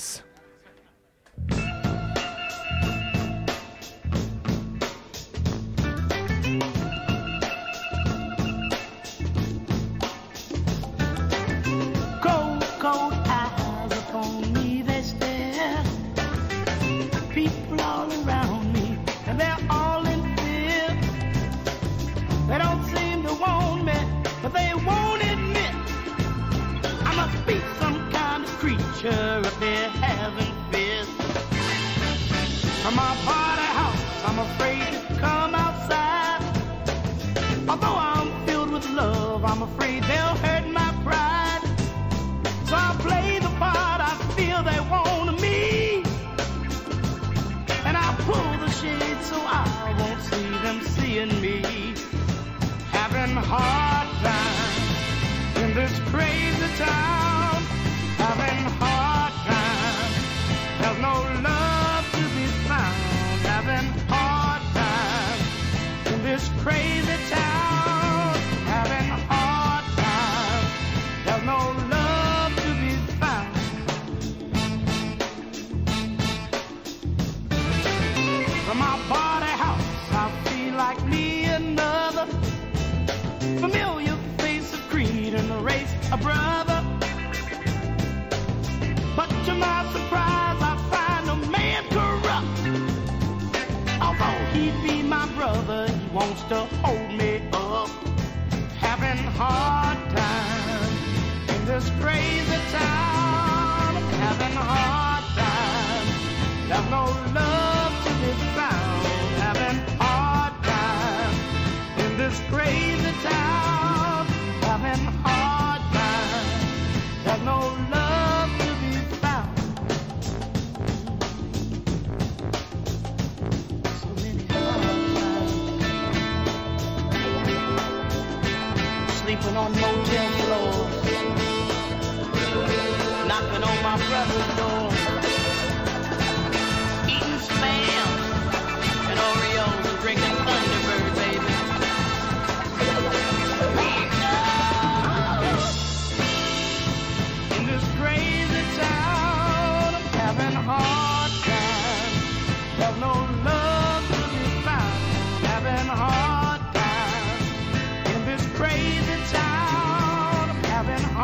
Cold, cold eyes upon me, they stare. People all around me, and they're all in fear. They don't seem to want me, but they won't admit I must be some kind of creature if they're having fears. From my party house, I'm afraid to come outside. Although I'm filled with love, I'm afraid they'll hurt my pride. So I play the part I feel they want of me, and I pull the shade so I won't see them seeing me. Having hard times in this crazy town. Having hard times. There's no love to be found. Having hard times in this crazy town. Having hard times. There's no love to be found. From my party house, I feel like me another familiar face of creed and a race, a brother. But to my surprise, I find a man corrupt. Although he be my brother, he wants to hold me up. Having hard times in this crazy town. Having hard times. There's no love to be found. Having hard times in this crazy town. Having hard times. There's no love to be found. So many hard times. Sleeping on motel floors. Knocking on my brother's door. Eating spam and Oreos and drinking Thunderbird, baby. In this crazy town, I'm having hard times. There's no love to be found. Having hard times. In this crazy town, I'm having hard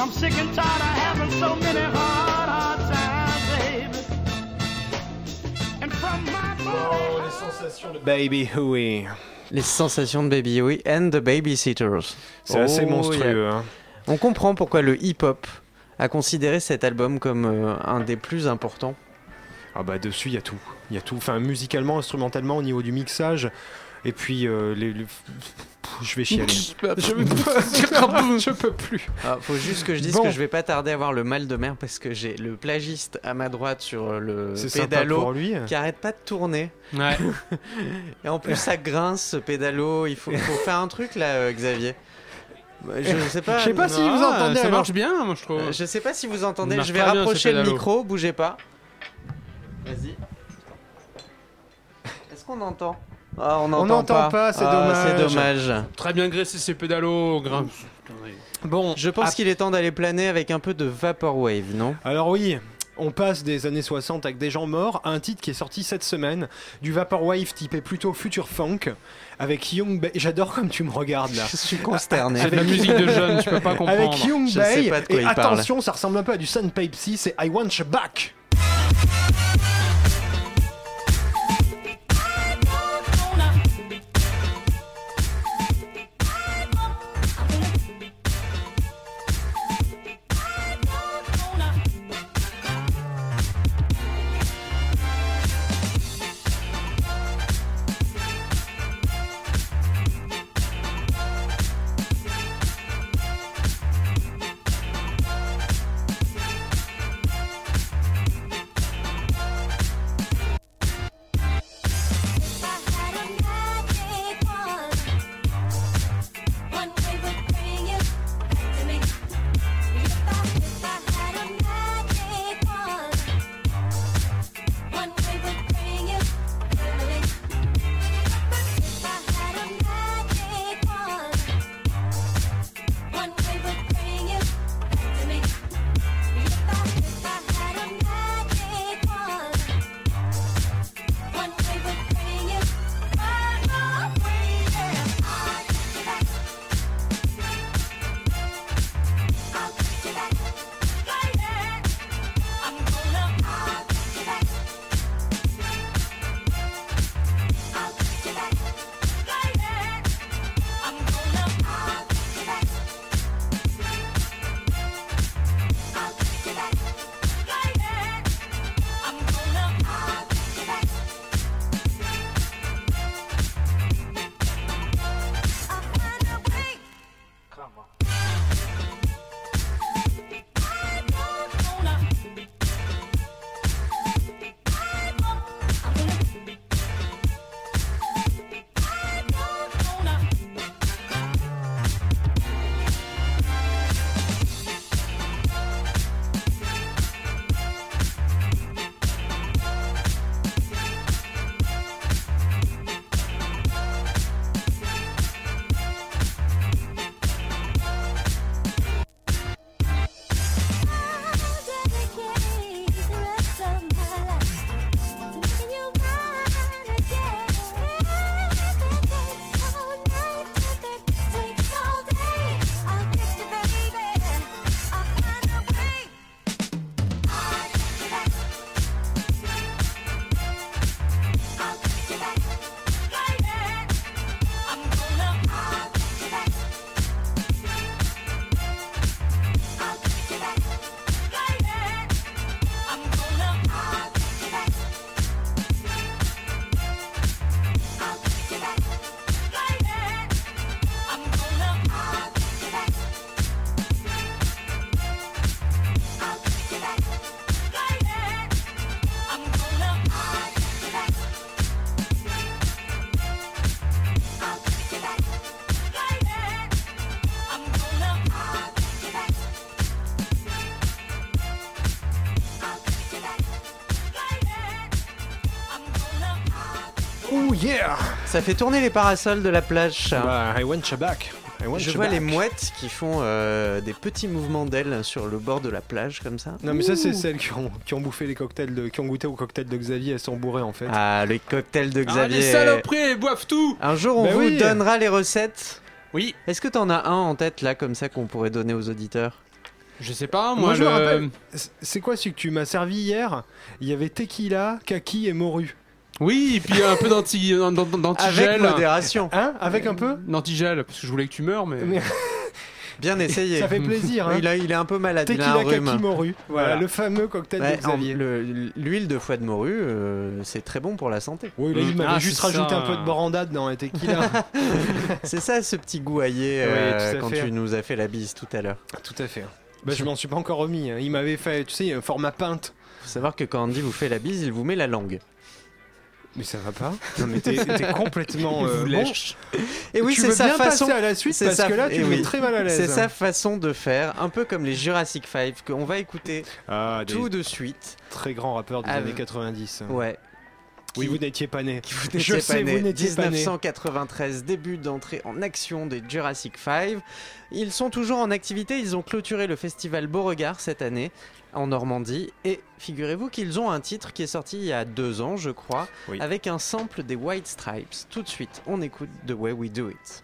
I'm sick and tired of having so many hard, hard times, baby. And from my body. Les sensations de Baby Huey. Les sensations de Baby Huey and the Babysitters. C'est assez Oh, monstrueux. yeah. Hein. On comprend pourquoi le hip-hop a considéré cet album comme euh, un des plus importants. Ah bah dessus il y a tout, il y a tout. Enfin musicalement, instrumentalement, au niveau du mixage. Et puis euh, les, les- je vais chialer. je, peux... je peux plus. Ah, faut juste que je dise Bon. que je vais pas tarder à avoir le mal de mer parce que j'ai le plagiste à ma droite sur le C'est sympa pédalo pour lui. qui arrête pas de tourner. Ouais. Et en plus ça grince ce pédalo. Il faut, il faut faire un truc là, euh, Xavier. Je sais pas. Je sais pas si Ah, vous entendez. ça alors. marche bien, moi je trouve. Euh, Je sais pas si vous Il entendez. marche Je vais très bien, rapprocher ce le pédalo. micro. Bougez pas. Vas-y. Est-ce qu'on entend? Ah, on On n'entend n'entend pas, c'est Ah, C'est dommage. dommage. Très bien graissé ces pédalos, grave. Bon, Je pense ap- qu'il est temps d'aller planer avec un peu de Vaporwave, non? alors oui. On passe des années soixante avec des gens morts à un titre qui est sorti cette semaine, du Vaporwave typé plutôt future funk, avec Young Bay. J'adore comme tu me regardes là. Je suis consterné. C'est de la musique de jeunes, tu peux pas comprendre. Avec Young Je Bay. sais pas de quoi Et il parle. attention, ça ressemble un peu à du Sun Pepsi, c'est I Want You Back. Oh yeah! Ça fait tourner les parasols de la plage. ça. Bah, I want you back. I want Je you vois back. les mouettes qui font euh, des petits mouvements d'ailes sur le bord de la plage comme ça. Non mais ça c'est Ouh. celles qui ont, qui ont bouffé les cocktails de, qui ont goûté au cocktail de Xavier, elles sont bourrées en fait. Ah, les cocktails de Ah, Xavier. les saloperies, ils boivent tout. Un jour, on Bah vous oui. donnera les recettes. Oui. Est-ce que t'en as un en tête là comme ça qu'on pourrait donner aux auditeurs? Je sais pas, moi, Moi, je me le- rappelle. c'est- C'est quoi celui que tu m'as servi hier? Il y avait tequila, kaki et morue. Oui, et puis un peu d'anti- d'an- d'an- d'antigel. Avec modération. Hein? Avec un peu? D'antigel, parce que je voulais que tu meurs, mais. Mais- Bien essayé. Ça fait plaisir. Hein. Il, a- il est un peu malade, il a Tequila, un rhume. kaki, morue. Voilà, Voilà. le fameux cocktail Ouais, de Xavier. en- le- L'huile de foie de morue, euh, c'est très bon pour la santé. Oui, là, il m'avait Ah, juste c'est rajouté ça. un peu de brandade dans la tequila. C'est ça ce petit goût aillé Oui, euh, tout à quand fait. tu nous as fait la bise tout à l'heure. Tout à fait. Bah, je m'en suis pas encore remis. hein. Il m'avait fait, tu sais, un format pinte. Faut savoir que quand Andy vous fait la bise, il vous met la langue. Mais ça va pas. Non, mais t'es t'es complètement. Il euh, vous bon. lèche. Et oui, Tu c'est veux sa bien façon. passer à la suite c'est parce sa- que là, tu et me oui. mets très mal à l'aise. C'est sa façon de faire, un peu comme les Jurassic Five qu'on va écouter Ah, des tout de suite. très grands rappeurs des Ah, années quatre-vingt-dix. Ouais. Oui, Qui- vous n'étiez pas né. Vous Je n'étiez sais, pas né. vous n'étiez pas né. dix-neuf cent quatre-vingt-treize, début d'entrée en action des Jurassic Five. Ils sont toujours en activité, ils ont clôturé le festival Beauregard cette année en Normandie. Et figurez-vous qu'ils ont un titre qui est sorti il y a deux ans, je crois, Oui. avec un sample des White Stripes. Tout de suite, on écoute The Way We Do It.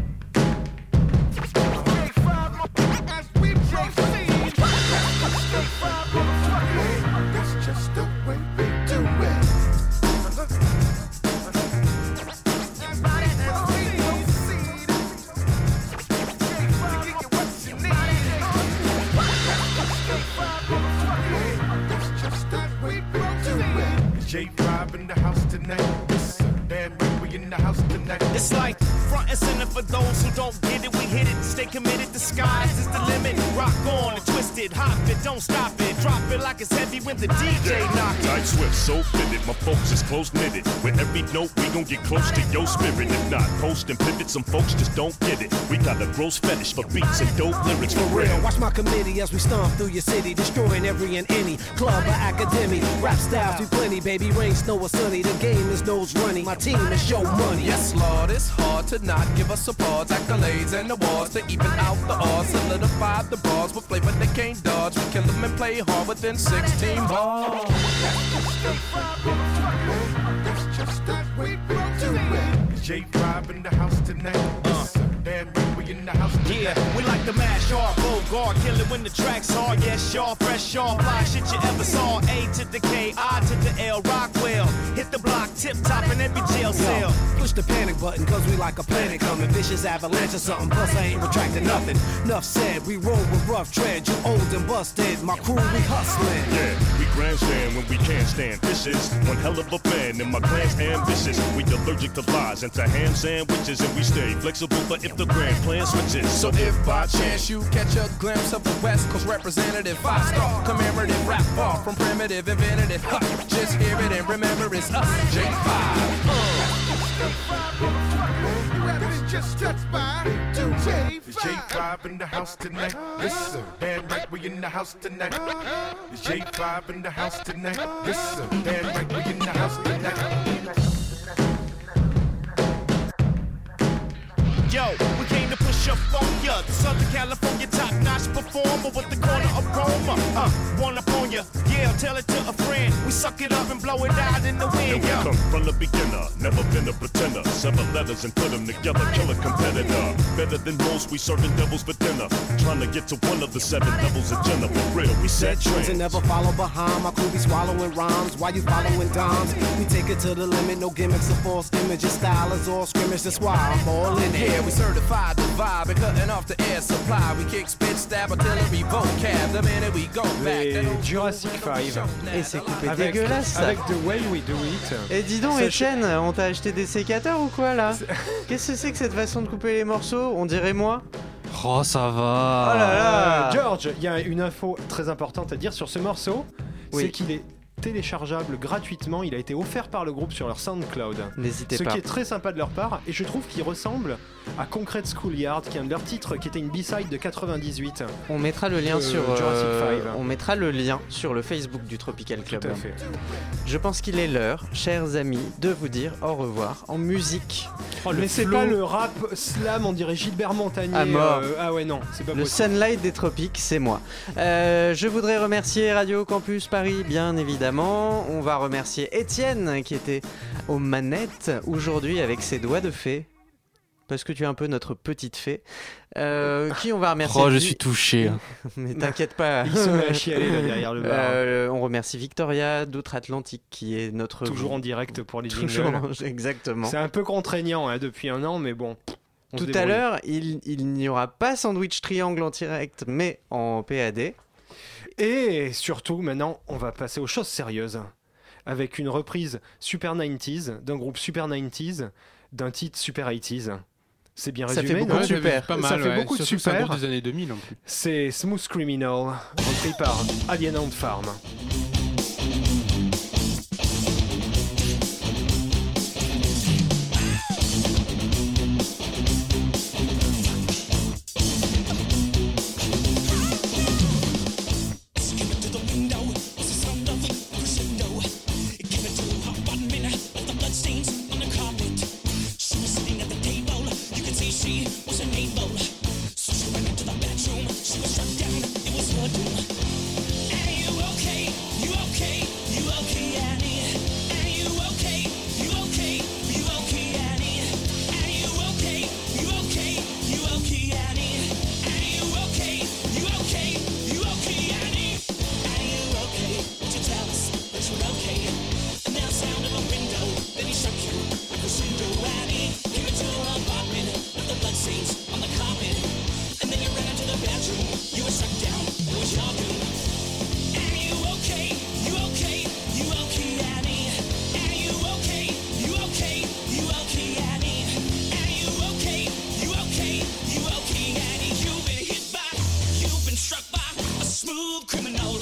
That's just the way we do it. J five in the house tonight. Yes, damn right, we in the house tonight. It's like front and center for those who don't get it. We hit it, stay committed. The skies is the limit. Rock on and twist it, hop it, don't stop it. Drop it like it's heavy when the D J knock it. Tight swift, so fitted, my folks is close knitted. With every note, we gon' get close to your spirit. If not, post and pivot, some folks just don't get it. We got a gross fetish for beats and dope lyrics for real. Watch my committee as we stomp through your city, destroying every and any club or academy. Rap styles, we plenty, baby. Rain, snow, or sunny. The game is nose running. My team is show money. Yes, Lord, it's hard to not give us applause, accolades, and awards to even out the odds. Solidify the bars with flavor they can't dodge. We kill them and play hard within sixteen bars. That's just that way we do it. J five in the house tonight. Uh, damn right, we in the house tonight. Yeah, we like to mash hard, Bogart, kill it when the track's hard. Yes, y'all, fresh, y'all, fly shit you ever saw. A to the K, I to the L, Rockwell. Hit the block, tip top in every jail cell. Push the panic button, cause we like a planet coming. Vicious avalanche or something, plus I ain't retracting nothing. Enough said, we roll with rough tread. You old and busted, my crew, we hustling. Yeah, we grandstand when we can't stand. This is one hell of a plan, and my clan's ambitious. We allergic to lies and to ham sandwiches, and we stay flexible for if the grand plan switches. So if by chance you catch a glimpse of the West Coast representative, five star commemorative, rap far from primitive, invented it. Huh, just hear it and remember it's us, J five. Just touch by to J five. J five in the house tonight. Yes, sir. Damn right, we in the house tonight. J five in the house tonight. Yes, sir. Damn right, we in the house tonight. Yo, we came to push up on ya. The Southern California top-notch performer with the corner aroma. Uh, one up on ya. Yeah, tell it to a friend. We suck it up and blow it out in the And wind. we Yeah. come from the beginner, never been a pretender. Seven letters and put them together, kill a competitor. Better than most, we serving devils for dinner. Trying to get to one of the seven levels of Jenna. For real, we set Trends and trends. never follow behind. My crew be swallowing rhymes while you following dimes. We take it to the limit, no gimmicks or false images. Style is all scrimmage, that's why I'm all in it. Yeah, we certified the vibe and cutting off the air supply. We kick, spit, stab, artillery, vocab. The minute we go back. Les Jurassic Five. Et c'est coupé Avec, dégueulasse. avec The Way We Do It. Et dis donc, Ça, Etienne, on t'a acheté des sécateurs ou quoi là? Qu'est-ce que c'est que cette façon de couper les morceaux? On dirait moi. Oh, ça va. Oh là là. Euh, George, il y a une info très importante à dire sur ce morceau. Oui. C'est qu'il est téléchargeable gratuitement. Il a été offert par le groupe sur leur SoundCloud. N'hésitez Ce pas. qui est très sympa de leur part. Et je trouve qu'il ressemble à Concrete Schoolyard, qui est un de leurs titres, qui était une B-side de quatre-vingt-dix-huit. On mettra le lien Euh, sur Jurassic euh, Five. on mettra le lien sur le Facebook du Tropical Club. Tout à fait. Je pense qu'il est l'heure, chers amis, de vous dire au revoir en musique. Oh, mais c'est pas le rap slam, on dirait Gilbert Montagnier. À mort. euh, ah ouais, non, c'est pas Le possible. Sunlight des Tropiques, c'est moi. Euh, je voudrais remercier Radio Campus Paris, bien évidemment. On va remercier Étienne qui était aux manettes aujourd'hui avec ses doigts de fée. parce que tu es un peu notre petite fée, euh, qui on va remercier. Oh, je suis touché. Mais t'inquiète pas. Il se met à chialer là, derrière le bar. Euh, on remercie Victoria d'Outre-Atlantique, qui est notre... Toujours en direct pour les jingles. Toujours, exactement. C'est un peu contraignant hein, depuis un an, mais bon. on se Tout à débrouille. l'heure, il, il n'y aura pas Sandwich Triangle en direct, mais en P A D. Et surtout, maintenant, on va passer aux choses sérieuses. Avec une reprise Super quatre-vingt-dix, d'un groupe Super quatre-vingt-dix, d'un titre Super quatre-vingt-dix. C'est bien Ça résumé, fait beaucoup non de super. Pas mal, Ça fait ouais. beaucoup de Surtout que c'est un super. groupe des années deux mille en plus. C'est Smooth Criminal, repris par Alien Ant Farm. To the window, it's the sound of a crescendo. Give it to her bottom minute of the bloodstains on the carpet. She was sitting at the table, you could see she was unable. So she went into the bathroom, she was struck down, it was her doom. Are you okay? You okay? You okay, Annie? Are you okay? You okay? You okay, Annie? Are you okay? You okay? You okay, Annie? Are you okay? You okay? You okay, Annie? Are you okay? Would you tell us that you're okay? And then the sound of a window, then he struck you like a window, Annie. Came into her apartment with the bloodstains on the carpet. And then you ran into the bathroom, you were struck down, it was your doom. Are you okay? You okay? You okay, Annie? Are you okay? You okay? You okay, Annie? Are you okay? You okay? You okay, Annie? You've been hit by, you've been struck by a smooth criminal.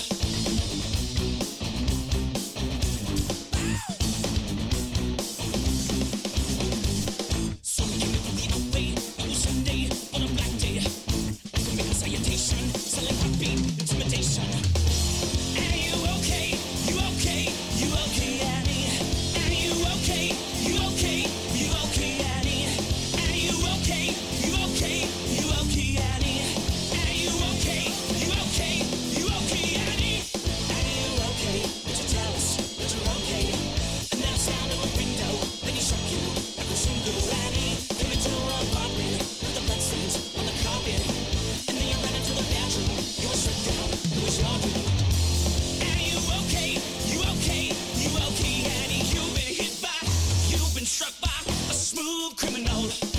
Some came from the away, it was Sunday on a black day. To make a salutation, selling heartbeat, intimidation. Are you okay? You okay? You okay, Annie? Are you okay? You okay? You okay, Annie? Are you okay? You okay? You okay, Annie? Are you okay? You okay? You okay, Annie? Are you okay? Would you tell us that you're okay? And then the sound of a window, then he struck you like a single Annie. Came into her apartment with the bloodstains on the carpet. And then you ran into the bathroom, you were struck down, it was your doom. Are you okay? You okay? You okay, Annie? You've been hit by, you've been struck by a smooth criminal.